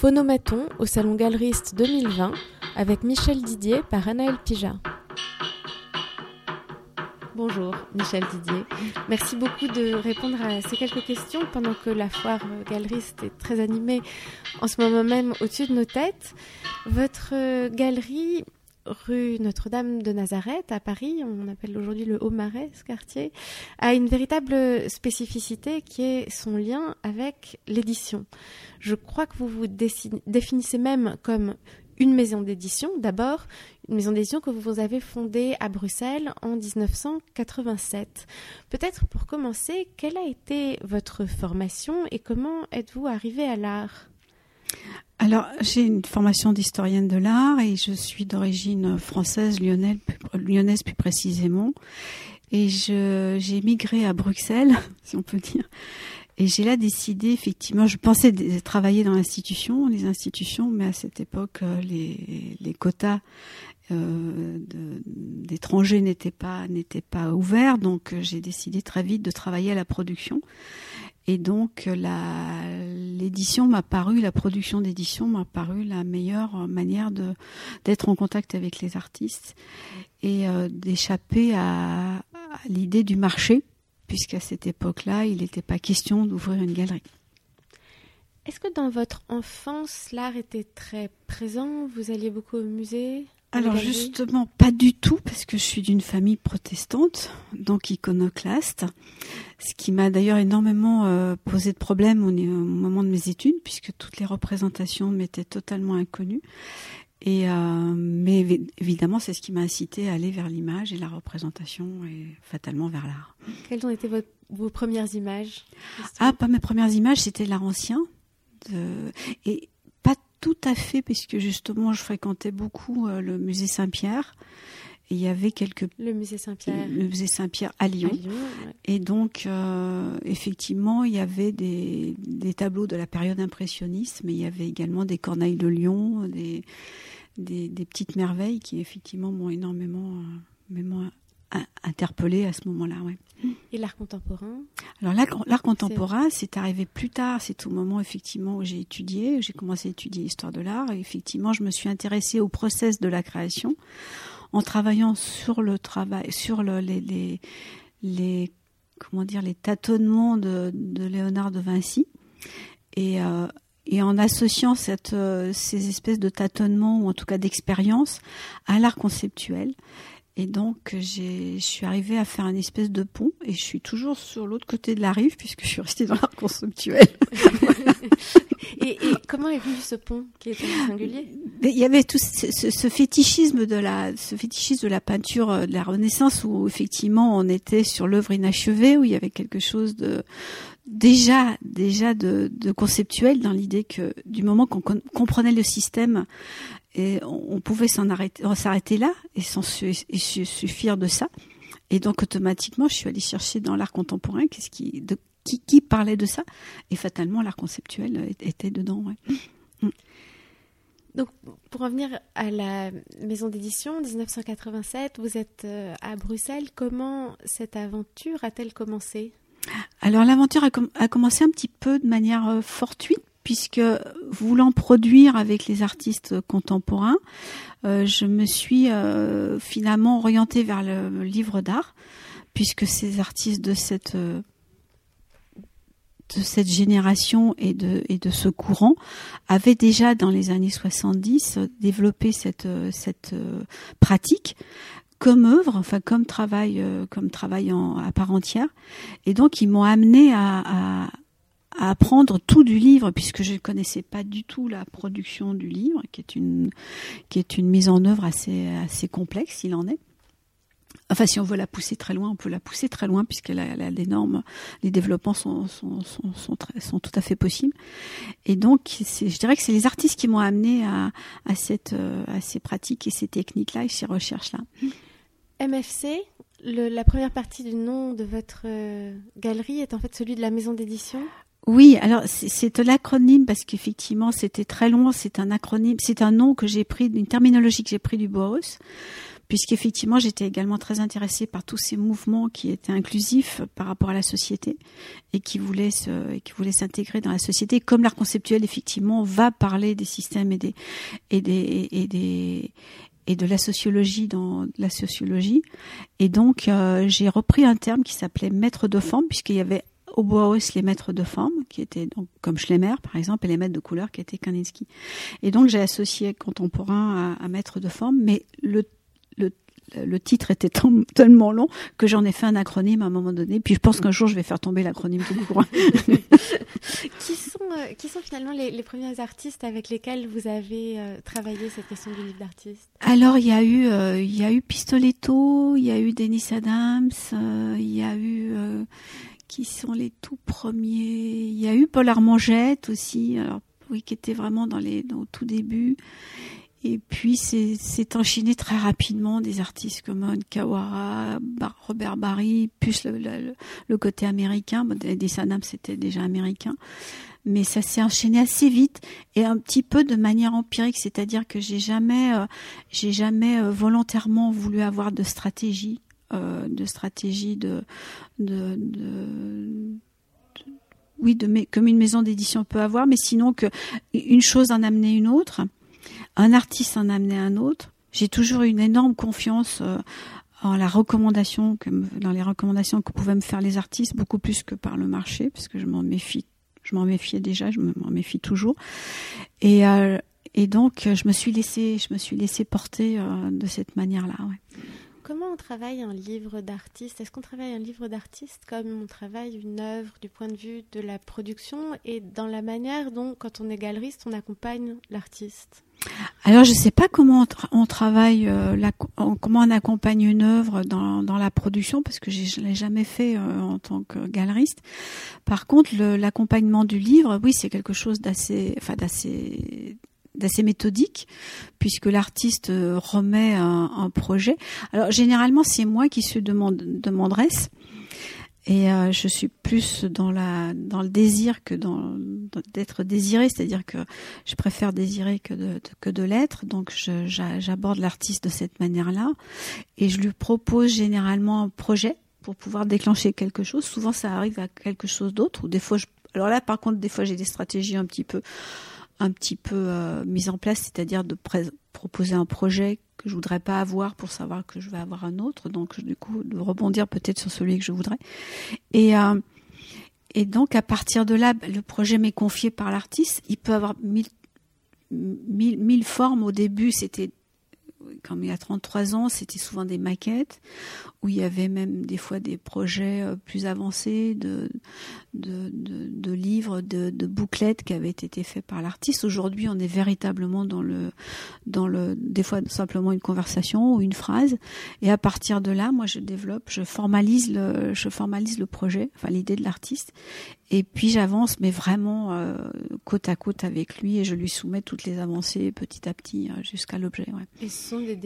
Phonomaton au Salon Galeriste 2020 avec Michel Didier par Anaëlle Pijat. Bonjour Michel Didier, merci beaucoup de répondre à ces quelques questions pendant que la foire galeriste est très animée en ce moment même au-dessus de nos têtes. Votre galerie rue Notre-Dame de Nazareth à Paris, on appelle aujourd'hui le Haut-Marais ce quartier, a une véritable spécificité qui est son lien avec l'édition. Je crois que vous vous définissez même comme une maison d'édition, d'abord, une maison d'édition que vous avez fondée à Bruxelles en 1987. Peut-être pour commencer, quelle a été votre formation et comment êtes-vous arrivé à l'art ? Alors, j'ai une formation d'historienne de l'art et je suis d'origine française, lyonnaise plus précisément. Et j'ai migré à Bruxelles, si on peut dire. Et j'ai là décidé, effectivement, je pensais travailler dans les institutions, mais à cette époque, les quotas d'étrangers n'étaient pas ouverts, donc j'ai décidé très vite de travailler à la production. Et donc la production d'édition m'a paru la meilleure manière d'être en contact avec les artistes et d'échapper à l'idée du marché, puisqu'à cette époque-là, il n'était pas question d'ouvrir une galerie. Est-ce que dans votre enfance, l'art était très présent ? Vous alliez beaucoup au musée ? Alors justement, pas du tout, parce que je suis d'une famille protestante, donc iconoclaste, ce qui m'a d'ailleurs énormément posé de problèmes au moment de mes études, puisque toutes les représentations m'étaient totalement inconnues. Mais évidemment, c'est ce qui m'a incité à aller vers l'image et la représentation et fatalement vers l'art. Quelles ont été vos premières images ? Pas mes premières images, c'était l'art ancien. Et pas tout à fait, puisque justement, je fréquentais beaucoup le musée Saint-Pierre. Et il y avait Le musée Saint-Pierre. Le musée Saint-Pierre à Lyon. Ouais. Et donc, effectivement, il y avait des tableaux de la période impressionniste, mais il y avait également des Corneilles de Lyon, des petites merveilles qui, effectivement, m'ont énormément interpellée à ce moment-là. Ouais. Et l'art contemporain ? Alors, l'art contemporain, c'est arrivé plus tard. C'est au moment, effectivement, où j'ai commencé à étudier l'histoire de l'art. Et effectivement, je me suis intéressée au process de la création en travaillant sur les tâtonnements de Léonard de Vinci et en associant ces espèces de tâtonnements ou en tout cas d'expériences à l'art conceptuel. Et donc, je suis arrivée à faire une espèce de pont et je suis toujours sur l'autre côté de la rive puisque je suis restée dans l'art conceptuel. Et comment est venu ce pont qui était singulier ? Il y avait tout ce fétichisme de la peinture de la Renaissance où effectivement on était sur l'œuvre inachevée, où il y avait quelque chose de déjà de conceptuel dans l'idée que du moment qu'on comprenait le système, et on pouvait s'arrêter là et suffire de ça. Et donc automatiquement, je suis allée chercher dans l'art contemporain qui parlait de ça, et fatalement l'art conceptuel était dedans. Ouais. Donc, pour revenir à la maison d'édition, 1987, vous êtes à Bruxelles. Comment cette aventure a-t-elle commencé ? Alors, l'aventure a commencé un petit peu de manière fortuite, puisque voulant produire avec les artistes contemporains, je me suis finalement orientée vers le livre d'art, puisque ces artistes de cette génération et de ce courant avaient déjà dans les années 70 développé cette pratique comme œuvre, enfin comme travail à part entière, et donc ils m'ont amené à apprendre tout du livre, puisque je ne connaissais pas du tout la production du livre, qui est une mise en œuvre assez complexe, il en est. Enfin, si on veut la pousser très loin, on peut la pousser très loin, puisqu'elle a des normes, les développements sont tout à fait possibles. Et donc, je dirais que c'est les artistes qui m'ont amené à ces pratiques et ces techniques-là et ces recherches-là. MFC, la première partie du nom de votre galerie est en fait celui de la maison d'édition ? Oui, alors c'est l'acronyme parce qu'effectivement c'était très long, c'est un acronyme, c'est un nom que j'ai pris, une terminologie que j'ai pris du Bauhaus, puisqu'effectivement j'étais également très intéressée par tous ces mouvements qui étaient inclusifs par rapport à la société et qui voulaient s'intégrer dans la société. Comme l'art conceptuel effectivement va parler des systèmes et de la sociologie dans la sociologie. Et donc j'ai repris un terme qui s'appelait maître de forme, puisqu'il y avait au Bauhaus les maîtres de forme qui étaient donc comme Schlemmer par exemple, et les maîtres de couleur qui étaient Kandinsky. Et donc j'ai associé contemporain à maître de forme, mais le titre était tellement long que j'en ai fait un acronyme à un moment donné. Puis je pense qu'un jour je vais faire tomber l'acronyme tout court. Qui sont finalement les premiers artistes avec lesquels vous avez travaillé cette question du livre d'artiste? Alors il y a eu Pistoletto, il y a eu Dennis Adams, il y a eu qui sont les tout premiers. Il y a eu Paul Armangette aussi, alors oui, qui était vraiment au tout début. Et puis c'est enchaîné très rapidement des artistes comme Kawara, Robert Barry, plus le côté américain. Dennis Adams c'était déjà américain, mais ça s'est enchaîné assez vite et un petit peu de manière empirique, c'est-à-dire que j'ai jamais volontairement voulu avoir de stratégie. Comme une maison d'édition peut avoir, mais sinon que une chose en amenait une autre, un artiste en amenait un autre. J'ai toujours eu une énorme confiance dans les recommandations que pouvaient me faire les artistes, beaucoup plus que par le marché, parce que je m'en méfiais déjà, je m'en méfie toujours. Et donc je me suis laissée porter de cette manière-là. Ouais. Comment on travaille un livre d'artiste? Est-ce qu'on travaille un livre d'artiste comme on travaille une œuvre du point de vue de la production et dans la manière dont, quand on est galeriste, on accompagne l'artiste? Alors, je ne sais pas comment on travaille, comment on accompagne une œuvre dans la production, parce que je ne l'ai jamais fait en tant que galeriste. Par contre, l'accompagnement du livre, oui, c'est quelque chose d'assez méthodique, puisque l'artiste remet un projet. Alors généralement c'est moi qui suis demanderesse et je suis plus dans le désir que d'être désirée, c'est-à-dire que je préfère désirer que de l'être. Donc j'aborde l'artiste de cette manière-là et je lui propose généralement un projet pour pouvoir déclencher quelque chose. Souvent ça arrive à quelque chose d'autre, ou des fois alors là par contre des fois j'ai des stratégies un petit peu mise en place, c'est-à-dire de proposer un projet que je voudrais pas avoir pour savoir que je vais avoir un autre, donc du coup de rebondir peut-être sur celui que je voudrais. Et donc à partir de là, le projet m'est confié par l'artiste. Il peut avoir mille formes. Au début, c'était comme il y a 33 ans, c'était souvent des maquettes où il y avait même des fois des projets plus avancés de livres, de bouclettes qui avaient été faits par l'artiste. Aujourd'hui, on est véritablement dans des fois simplement une conversation ou une phrase. Et à partir de là, moi, je formalise le projet, enfin l'idée de l'artiste. Et puis j'avance, mais vraiment côte à côte avec lui, et je lui soumets toutes les avancées petit à petit jusqu'à l'objet. Ouais. Et ce sont des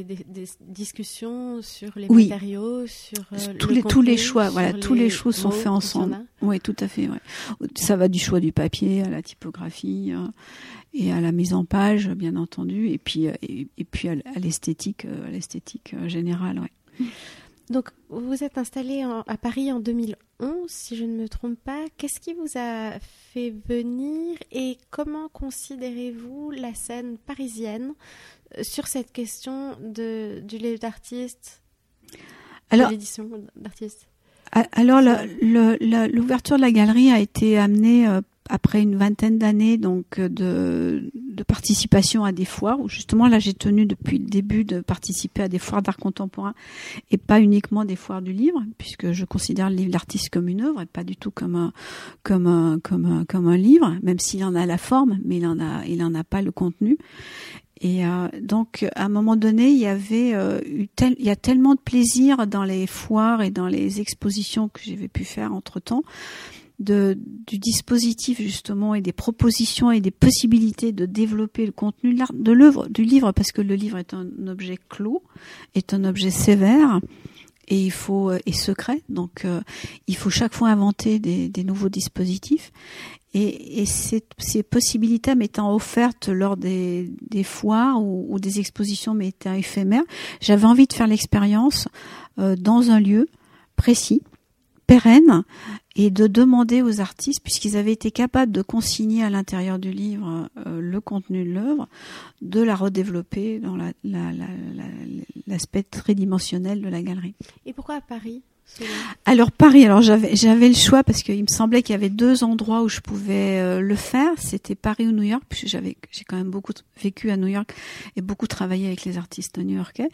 discussions sur les oui. matériaux, sur tous les choix. Voilà, tous les choix sont faits ensemble. Oui, tout à fait. Ouais. Ça va du choix du papier à la typographie et à la mise en page, bien entendu, et puis à l'esthétique générale. Ouais. Donc, vous êtes installé à Paris en 2011, si je ne me trompe pas. Qu'est-ce qui vous a fait venir et comment considérez-vous la scène parisienne sur cette question du livre d'artiste, de l'édition d'artiste? Alors, l'ouverture de la galerie a été amenée après une vingtaine d'années donc de participation à des foires, où justement là j'ai tenu depuis le début de participer à des foires d'art contemporain et pas uniquement des foires du livre, puisque je considère le livre d'artiste comme une œuvre et pas du tout comme un livre, même s'il en a la forme, mais il en a pas le contenu. Et donc à un moment donné, il y a tellement de plaisir dans les foires et dans les expositions que j'avais pu faire entre-temps, du dispositif justement et des propositions et des possibilités de développer le contenu du livre, parce que le livre est un objet clos, est un objet sévère et secret, donc il faut chaque fois inventer des nouveaux dispositifs. Et ces possibilités m'étant offertes lors des foires ou des expositions m'étant éphémères, j'avais envie de faire l'expérience dans un lieu précis, pérenne, et de demander aux artistes, puisqu'ils avaient été capables de consigner à l'intérieur du livre le contenu de l'œuvre, de la redévelopper dans l'aspect tridimensionnel de la galerie. Et pourquoi à Paris ? Alors Paris, j'avais le choix parce qu'il me semblait qu'il y avait 2 endroits où je pouvais le faire. C'était Paris ou New York, puisque j'ai quand même beaucoup vécu à New York et beaucoup travaillé avec les artistes new-yorkais.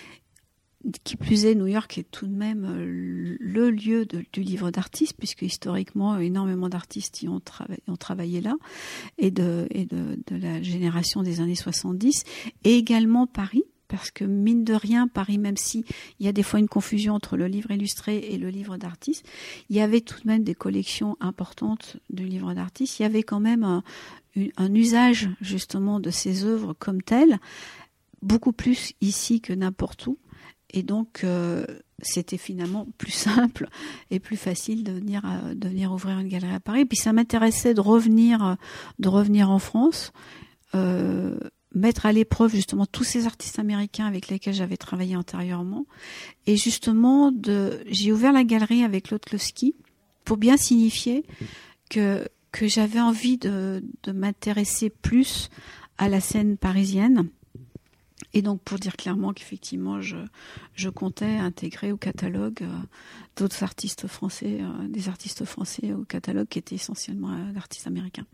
Qui plus est, New York est tout de même le lieu du livre d'artistes, puisque historiquement, énormément d'artistes y ont travaillé là, et de la génération des années 70, et également Paris, parce que mine de rien, Paris, même si il y a des fois une confusion entre le livre illustré et le livre d'artiste, il y avait tout de même des collections importantes de livres d'artistes. Il y avait quand même un usage justement de ces œuvres comme telles, beaucoup plus ici que n'importe où. Et donc, c'était finalement plus simple et plus facile de venir ouvrir une galerie à Paris. Puis ça m'intéressait de revenir en France, mettre à l'épreuve justement tous ces artistes américains avec lesquels j'avais travaillé antérieurement. Et justement, j'ai ouvert la galerie avec Lotlowski pour bien signifier que j'avais envie de m'intéresser plus à la scène parisienne. Et donc pour dire clairement qu'effectivement je comptais intégrer au catalogue d'autres artistes français, des artistes français au catalogue qui étaient essentiellement d'artistes américains.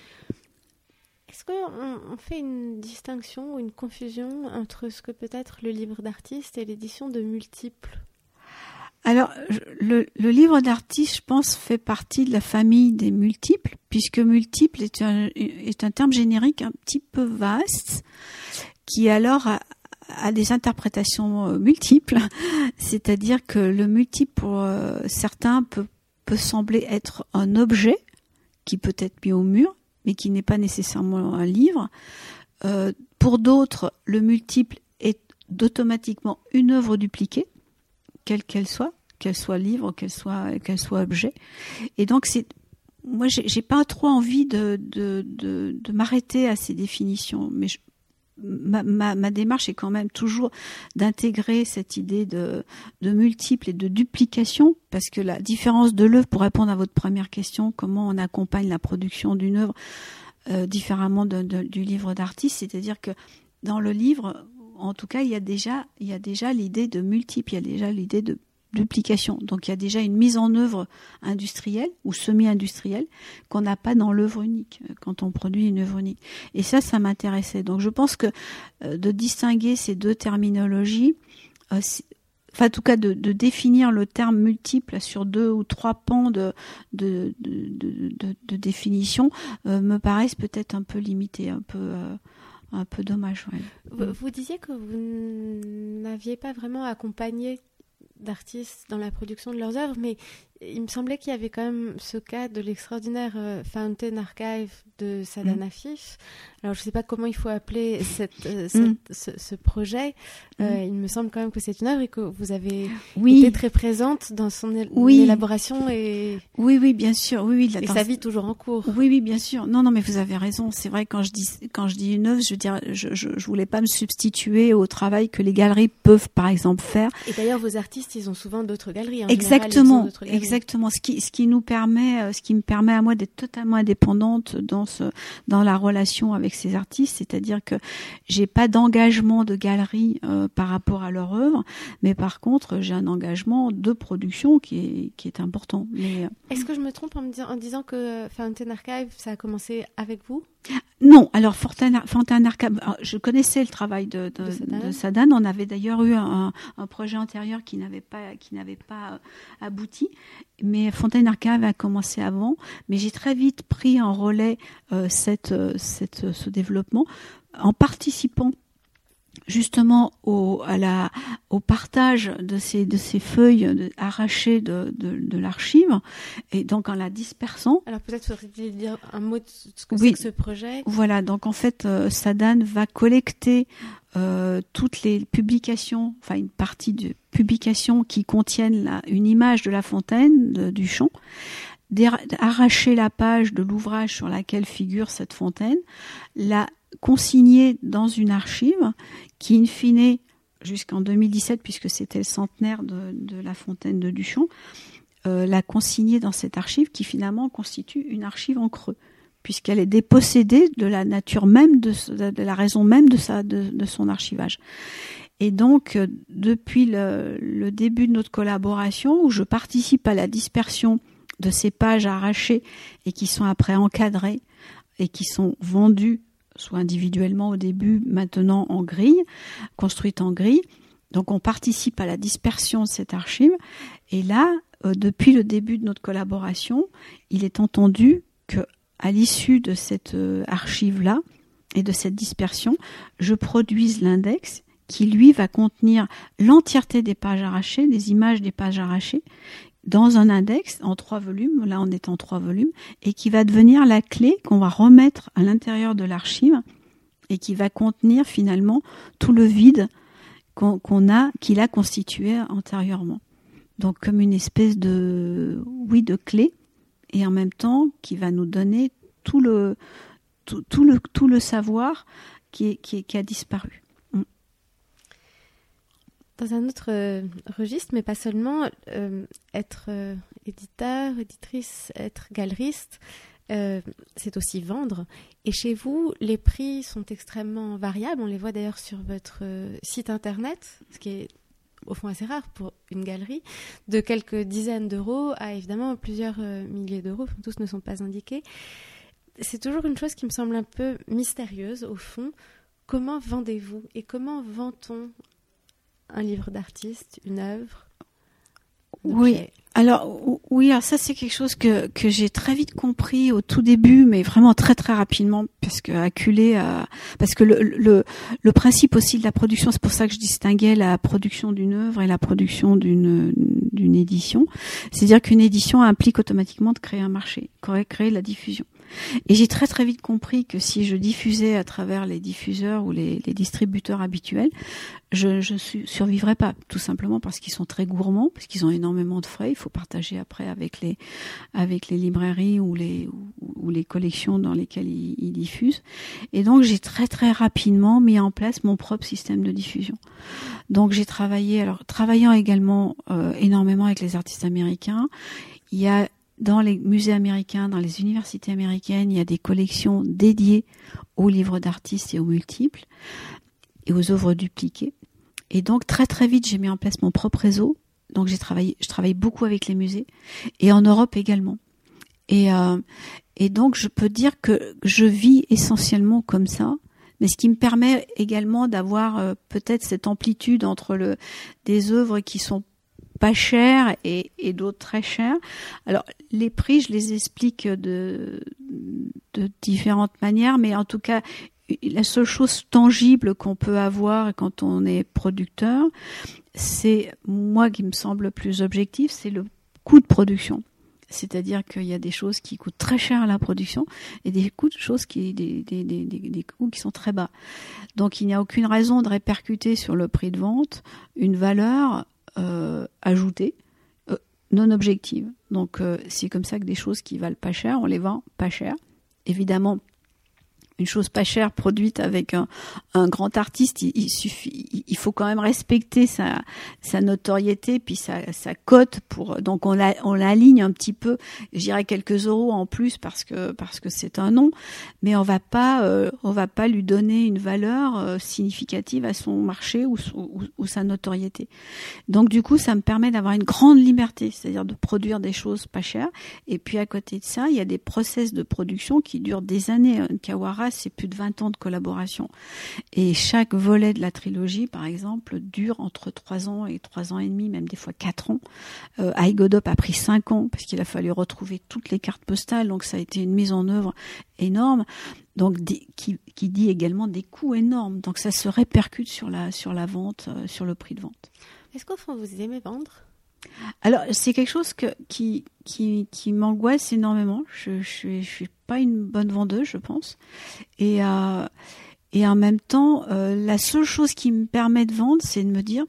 Est-ce qu'on fait une distinction ou une confusion entre ce que peut être le livre d'artiste et l'édition de multiples ? Alors, le livre d'artiste, je pense, fait partie de la famille des multiples, puisque multiple est un terme générique un petit peu vaste, qui alors a des interprétations multiples, c'est-à-dire que le multiple pour certains peut sembler être un objet qui peut être mis au mur, mais qui n'est pas nécessairement un livre. Pour d'autres, le multiple est automatiquement une œuvre dupliquée, quelle qu'elle soit livre, qu'elle soit objet. Et donc moi j'ai pas trop envie de m'arrêter à ces définitions, mais ma démarche est quand même toujours d'intégrer cette idée de multiple et de duplication, parce que la différence de l'œuvre, pour répondre à votre première question, comment on accompagne la production d'une œuvre différemment du livre d'artiste, c'est-à-dire que dans le livre, en tout cas, il y a déjà l'idée de multiple, il y a déjà l'idée de duplication. Donc il y a déjà une mise en œuvre industrielle ou semi-industrielle qu'on n'a pas dans l'œuvre unique, quand on produit une œuvre unique. Et ça m'intéressait. Donc je pense que de distinguer ces deux terminologies, en tout cas de définir le terme multiple sur 2 ou 3 pans de définition me paraissent peut-être un peu limité, un peu dommage. Ouais. Vous disiez que vous n'aviez pas vraiment accompagné d'artistes dans la production de leurs œuvres, mais il me semblait qu'il y avait quand même ce cas de l'extraordinaire Fountain Archive de Sadan Afif. Alors je ne sais pas comment il faut appeler ce projet. Il me semble quand même que c'est une œuvre et que vous avez été très présente dans son élaboration et oui bien sûr, oui et sa vie toujours en cours. Oui bien sûr. Non mais vous avez raison. C'est vrai, quand je dis une œuvre, je veux dire, je voulais pas me substituer au travail que les galeries peuvent par exemple faire. Et d'ailleurs vos artistes, ils ont souvent d'autres galeries. Exactement. Ce qui me permet à moi d'être totalement indépendante dans la relation avec ces artistes, c'est-à-dire que j'ai pas d'engagement de galerie par rapport à leur œuvre, mais par contre j'ai un engagement de production qui est important. Mais est-ce que je me trompe en disant que Fountain Archive, ça a commencé avec vous ? Non, alors Fountain Archive, je connaissais le travail de Sadan. On avait d'ailleurs eu un projet antérieur qui n'avait pas abouti, mais Fountain Archive a commencé avant. Mais j'ai très vite pris en relais ce développement en participant justement au partage de ces feuilles arrachées de l'archive, et donc en la dispersant. Alors peut-être faudrait-il dire un mot de ce que c'est que ce projet. Voilà, donc en fait Sadan va collecter toutes les publications, enfin une partie de publications qui contiennent une image de la fontaine, du champ, arracher la page de l'ouvrage sur laquelle figure cette fontaine, la consigner dans une archive qui, in fine, jusqu'en 2017, puisque c'était le centenaire de la fontaine de Duchamp, la consigner dans cette archive qui finalement constitue une archive en creux, puisqu'elle est dépossédée de la nature même, de la raison même de son archivage. Et donc, depuis le début de notre collaboration, où je participe à la dispersion de ces pages arrachées et qui sont après encadrées et qui sont vendues, soit individuellement au début, maintenant en grille, construites en grille. Donc, on participe à la dispersion de cette archive. Et là, depuis le début de notre collaboration, il est entendu que, à l'issue de cette archive-là et de cette dispersion, je produise l'index qui, lui, va contenir l'entièreté des pages arrachées, des images des pages arrachées, dans un index en 3 volumes, là on est en 3 volumes, et qui va devenir la clé qu'on va remettre à l'intérieur de l'archive et qui va contenir finalement tout le vide qu'il a constitué antérieurement. Donc comme une espèce de clé, et en même temps qui va nous donner tout le savoir qui a disparu. Dans un autre registre, mais pas seulement, être éditeur, éditrice, être galeriste, c'est aussi vendre. Et chez vous, les prix sont extrêmement variables. On les voit d'ailleurs sur votre site internet, ce qui est au fond assez rare pour une galerie, de quelques dizaines d'euros à évidemment plusieurs milliers d'euros. Tous ne sont pas indiqués. C'est toujours une chose qui me semble un peu mystérieuse au fond. Comment vendez-vous et comment vend-on un livre d'artiste, une œuvre? Oui, alors ça c'est quelque chose que j'ai très vite compris au tout début, mais vraiment très très rapidement, parce que le principe aussi de la production, c'est pour ça que je distinguais la production d'une œuvre et la production d'une édition. C'est-à-dire qu'une édition implique automatiquement de créer un marché, créer la diffusion. Et j'ai très très vite compris que si je diffusais à travers les diffuseurs ou les distributeurs habituels, je survivrais pas, tout simplement parce qu'ils sont très gourmands, parce qu'ils ont énormément de frais. Il faut partager après avec les librairies ou les collections dans lesquelles ils diffusent. Et donc j'ai très très rapidement mis en place mon propre système de diffusion. Donc j'ai travaillant également énormément avec les artistes américains. Il y a dans les musées américains, dans les universités américaines, il y a des collections dédiées aux livres d'artistes et aux multiples et aux œuvres dupliquées. Et donc très très vite, j'ai mis en place mon propre réseau. Donc je travaille beaucoup avec les musées et en Europe également. Et donc je peux dire que je vis essentiellement comme ça. Mais ce qui me permet également d'avoir peut-être cette amplitude entre des œuvres qui sont pas chères et d'autres très chères. Alors les prix, je les explique de différentes manières, mais en tout cas la seule chose tangible qu'on peut avoir quand on est producteur, c'est moi qui me semble plus objectif, c'est le coût de production. C'est-à-dire qu'il y a des choses qui coûtent très cher à la production et des coûts des coûts qui sont très bas. Donc il n'y a aucune raison de répercuter sur le prix de vente une valeur ajoutée non objective. Donc c'est comme ça que des choses qui valent pas cher, on les vend pas cher. Évidemment, une chose pas chère produite avec un grand artiste, il faut quand même respecter sa notoriété puis sa cote donc on l'aligne un petit peu, je dirais quelques euros en plus parce que c'est un nom, mais on va pas lui donner une valeur significative à son marché ou sa notoriété. Donc du coup, ça me permet d'avoir une grande liberté, c'est-à-dire de produire des choses pas chères. Et puis à côté de ça, il y a des process de production qui durent des années. Kawara, c'est plus de 20 ans de collaboration. Et chaque volet de la trilogie, par exemple, dure entre 3 ans et 3 ans et demi, même des fois 4 ans. Aigodop a pris 5 ans parce qu'il a fallu retrouver toutes les cartes postales, donc ça a été une mise en œuvre énorme. Donc qui dit également des coûts énormes. Donc ça se répercute sur la vente, sur le prix de vente. Est-ce qu'au fond vous aimez vendre ? Alors c'est quelque chose qui m'angoisse énormément. Je suis pas une bonne vendeuse, je pense. Et en même temps, la seule chose qui me permet de vendre, c'est de me dire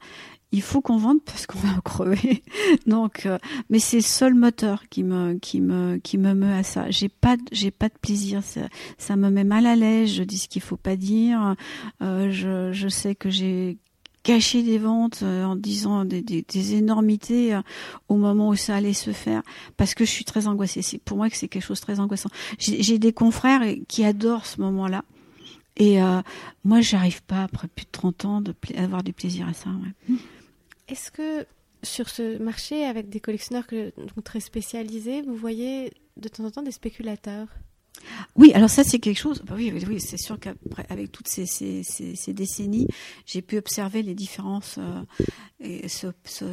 il faut qu'on vende parce qu'on va en crever. Donc, mais c'est le seul moteur qui me meut à ça. J'ai pas de plaisir. Ça me met mal à l'aise. Je dis ce qu'il faut pas dire. Je sais que j'ai caché des ventes en disant des énormités au moment où ça allait se faire, parce que je suis très angoissée. C'est pour moi que c'est quelque chose de très angoissant. J'ai des confrères qui adorent ce moment-là. Et moi, j'arrive pas, après plus de 30 ans, avoir du plaisir à ça. Ouais. Est-ce que sur ce marché, avec des collectionneurs donc très spécialisés, vous voyez de temps en temps des spéculateurs ? Oui, alors ça c'est quelque chose. Oui, c'est sûr qu'après, avec toutes ces décennies, j'ai pu observer les différences et se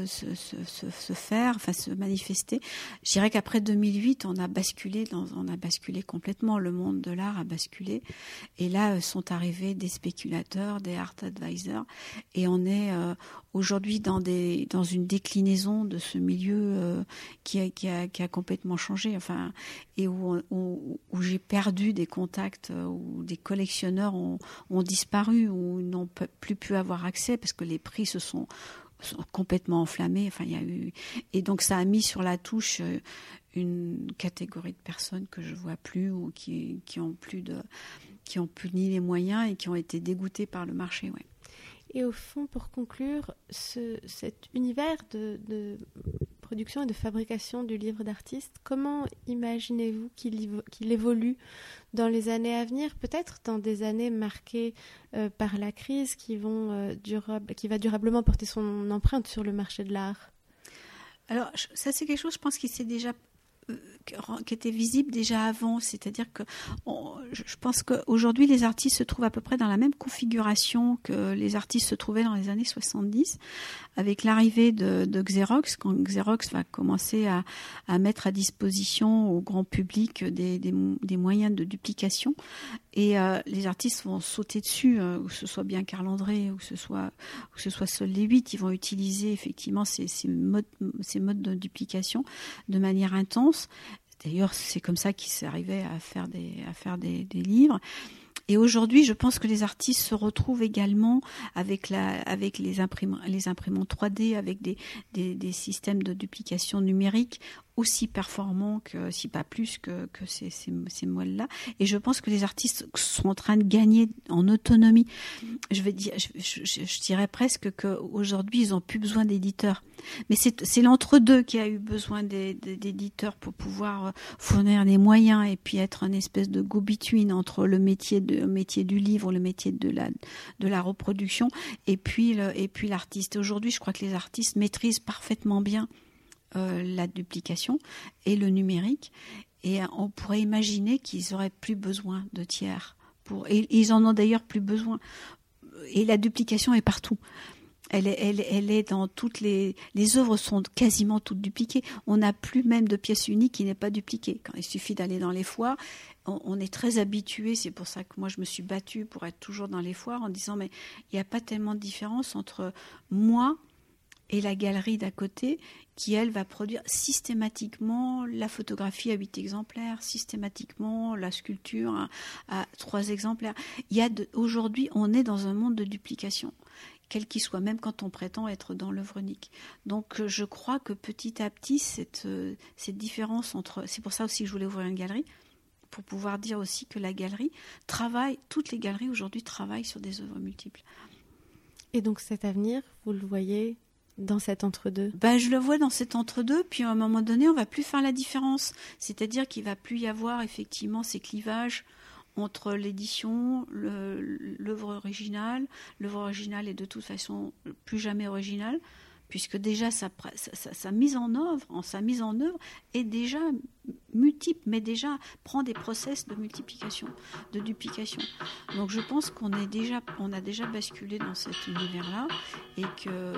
faire, enfin se manifester. Je dirais qu'après 2008, on a basculé complètement. Le monde de l'art a basculé, et là sont arrivés des spéculateurs, des art advisors, et on est aujourd'hui dans une déclinaison de ce milieu qui a complètement changé. Enfin, et où j'ai perdu des contacts, où des collectionneurs ont disparu, où ils n'ont plus pu avoir accès parce que les prix se sont complètement enflammés. Enfin, il y a eu, et donc ça a mis sur la touche une catégorie de personnes que je vois plus, ou qui ont plus ni les moyens et qui ont été dégoûtées par le marché. Ouais. Et au fond, pour conclure, cet univers de production et de fabrication du livre d'artiste, comment imaginez-vous qu'il évolue dans les années à venir, peut-être dans des années marquées par la crise qui va durablement porter son empreinte sur le marché de l'art ? Alors, ça c'est quelque chose, je pense, qui était visible déjà avant, c'est-à-dire que je pense qu'aujourd'hui les artistes se trouvent à peu près dans la même configuration que les artistes se trouvaient dans les années 70, avec l'arrivée de Xerox, quand Xerox va commencer à mettre à disposition au grand public des moyens de duplication, et les artistes vont sauter dessus, que ce soit bien Carl André ou que ce soit Sol Lewitt, ils vont utiliser effectivement ces modes de duplication de manière intense. D'ailleurs, c'est comme ça qu'ils s'arrivaient à faire des livres. Et aujourd'hui, je pense que les artistes se retrouvent également avec les imprimantes 3D, avec des systèmes de duplication numérique aussi performants que, si pas plus que ces modes-là. Et je pense que les artistes sont en train de gagner en autonomie. Je dirais presque qu'aujourd'hui, ils n'ont plus besoin d'éditeurs. Mais c'est l'entre-deux qui a eu besoin d'éditeurs pour pouvoir fournir des moyens et puis être une espèce de go-between entre le métier du livre, le métier de la reproduction et puis l'artiste. Aujourd'hui, je crois que les artistes maîtrisent parfaitement bien la duplication et le numérique, et on pourrait imaginer qu'ils n'auraient plus besoin de tiers et ils en ont d'ailleurs plus besoin, et la duplication est partout. Elle est dans toutes les œuvres sont quasiment toutes dupliquées. On n'a plus même de pièce unique qui n'est pas dupliquée. Quand il suffit d'aller dans les foires, on est très habitué. C'est pour ça que moi je me suis battue pour être toujours dans les foires en disant mais il n'y a pas tellement de différence entre moi et la galerie d'à côté, qui, elle, va produire systématiquement la photographie à 8 exemplaires, systématiquement la sculpture à 3 exemplaires. Aujourd'hui, on est dans un monde de duplication, quel qu'il soit, même quand on prétend être dans l'œuvre unique. Donc, je crois que petit à petit, cette différence entre... C'est pour ça aussi que je voulais ouvrir une galerie, pour pouvoir dire aussi que la galerie toutes les galeries aujourd'hui travaillent sur des œuvres multiples. Et donc, cet avenir, vous le voyez dans cet entre-deux? Je le vois dans cet entre-deux, puis à un moment donné, on va plus faire la différence. C'est-à-dire qu'il va plus y avoir effectivement ces clivages entre l'édition, l'œuvre originale. L'œuvre originale est de toute façon plus jamais originale, puisque déjà sa mise en œuvre est déjà multiple, mais déjà prend des process de multiplication, de duplication. Donc je pense qu'on a déjà basculé dans cet univers-là, et que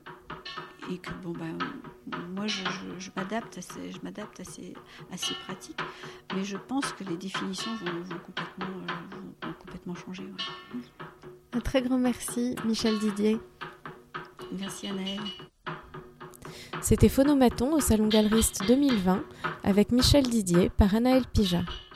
moi je m'adapte à ces pratiques, mais je pense que les définitions vont complètement changer. Ouais. Un très grand merci, Michèle Didier. Merci Anaëlle. C'était Phonomaton au Salon Galeriste 2020 avec Michèle Didier par Anaëlle Pijat.